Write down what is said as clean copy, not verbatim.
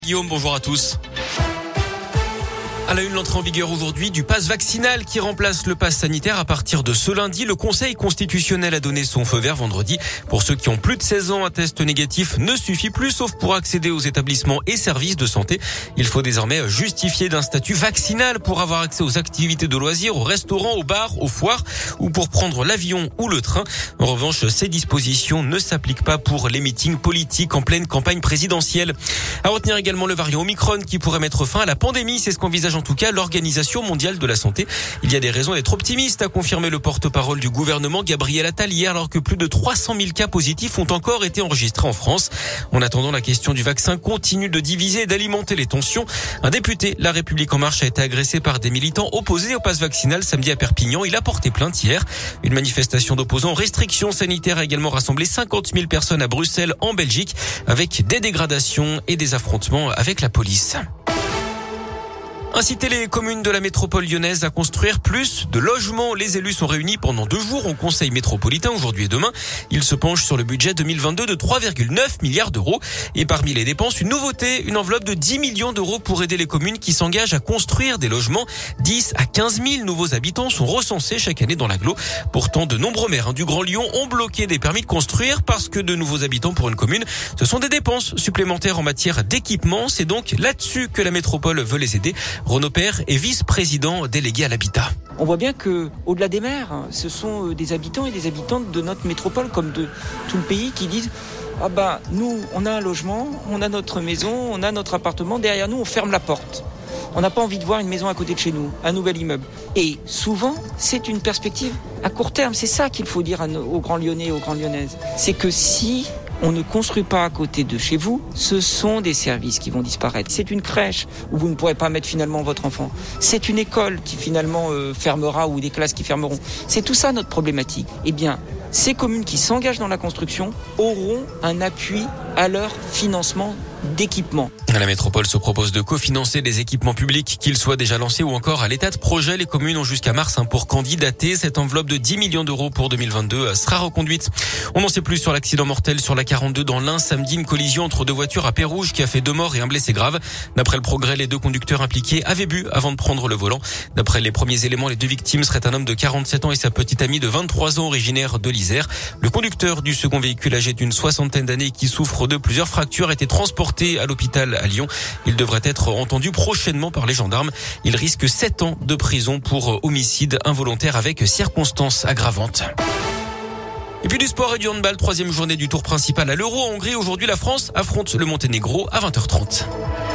Guillaume, bonjour à tous. À la une, l'entrée en vigueur aujourd'hui du pass vaccinal qui remplace le pass sanitaire à partir de ce lundi. Le Conseil constitutionnel a donné son feu vert vendredi. Pour ceux qui ont plus de 16 ans, un test négatif ne suffit plus, sauf pour accéder aux établissements et services de santé. Il faut désormais justifier d'un statut vaccinal pour avoir accès aux activités de loisirs, aux restaurants, aux bars, aux foires ou pour prendre l'avion ou le train. En revanche, ces dispositions ne s'appliquent pas pour les meetings politiques en pleine campagne présidentielle. À retenir également le variant Omicron qui pourrait mettre fin à la pandémie. C'est ce qu'envisage en tout cas l'Organisation mondiale de la santé. Il y a des raisons d'être optimiste, a confirmé le porte-parole du gouvernement Gabriel Attal hier, alors que plus de 300 000 cas positifs ont encore été enregistrés en France. En attendant, la question du vaccin continue de diviser et d'alimenter les tensions. Un député, La République En Marche, a été agressé par des militants opposés au pass vaccinal samedi à Perpignan. Il a porté plainte hier. Une manifestation d'opposants aux restrictions sanitaires a également rassemblé 50 000 personnes à Bruxelles, en Belgique, avec des dégradations et des affrontements avec la police. Inciter les communes de la métropole lyonnaise à construire plus de logements. Les élus sont réunis pendant 2 jours au Conseil métropolitain aujourd'hui et demain. Ils se penchent sur le budget 2022 de 3,9 milliards d'euros. Et parmi les dépenses, une nouveauté, une enveloppe de 10 millions d'euros pour aider les communes qui s'engagent à construire des logements. 10 à 15 000 nouveaux habitants sont recensés chaque année dans l'agglo. Pourtant, de nombreux maires du Grand Lyon ont bloqué des permis de construire parce que de nouveaux habitants pour une commune, ce sont des dépenses supplémentaires en matière d'équipement. C'est donc là-dessus que la métropole veut les aider. Renaud Père est vice-président délégué à l'habitat. On voit bien que, au-delà des maires, ce sont des habitants et des habitantes de notre métropole, comme de tout le pays, qui disent « Ah ben, nous, on a un logement, on a notre maison, on a notre appartement, derrière nous, on ferme la porte. On n'a pas envie de voir une maison à côté de chez nous, un nouvel immeuble. » Et souvent, c'est une perspective à court terme. C'est ça qu'il faut dire aux grands Lyonnais et aux grandes Lyonnaises. C'est que si on ne construit pas à côté de chez vous, ce sont des services qui vont disparaître. C'est une crèche où vous ne pourrez pas mettre finalement votre enfant. C'est une école qui finalement fermera ou des classes qui fermeront. C'est tout ça notre problématique. Eh bien, ces communes qui s'engagent dans la construction auront un appui à leur financement d'équipement. La métropole se propose de cofinancer des équipements publics, qu'ils soient déjà lancés ou encore à l'état de projet. Les communes ont jusqu'à mars pour candidater. Cette enveloppe de 10 millions d'euros pour 2022 sera reconduite. On n'en sait plus sur l'accident mortel sur la 42 dans l'Ain. Samedi, une collision entre 2 voitures à Pérouges qui a fait 2 morts et un blessé grave. D'après le Progrès, les 2 conducteurs impliqués avaient bu avant de prendre le volant. D'après les premiers éléments, les 2 victimes seraient un homme de 47 ans et sa petite amie de 23 ans originaire de l'Isère. Le conducteur du second véhicule âgé d'une 60aine d'années qui souffre de plusieurs fractures a été transporté à l'hôpital à Lyon. Il devrait être entendu prochainement par les gendarmes. Il risque 7 ans de prison pour homicide involontaire avec circonstances aggravantes. Et puis du sport et du handball, 3e journée du tour principal à l'Euro en Hongrie. Aujourd'hui, la France affronte le Monténégro à 20h30.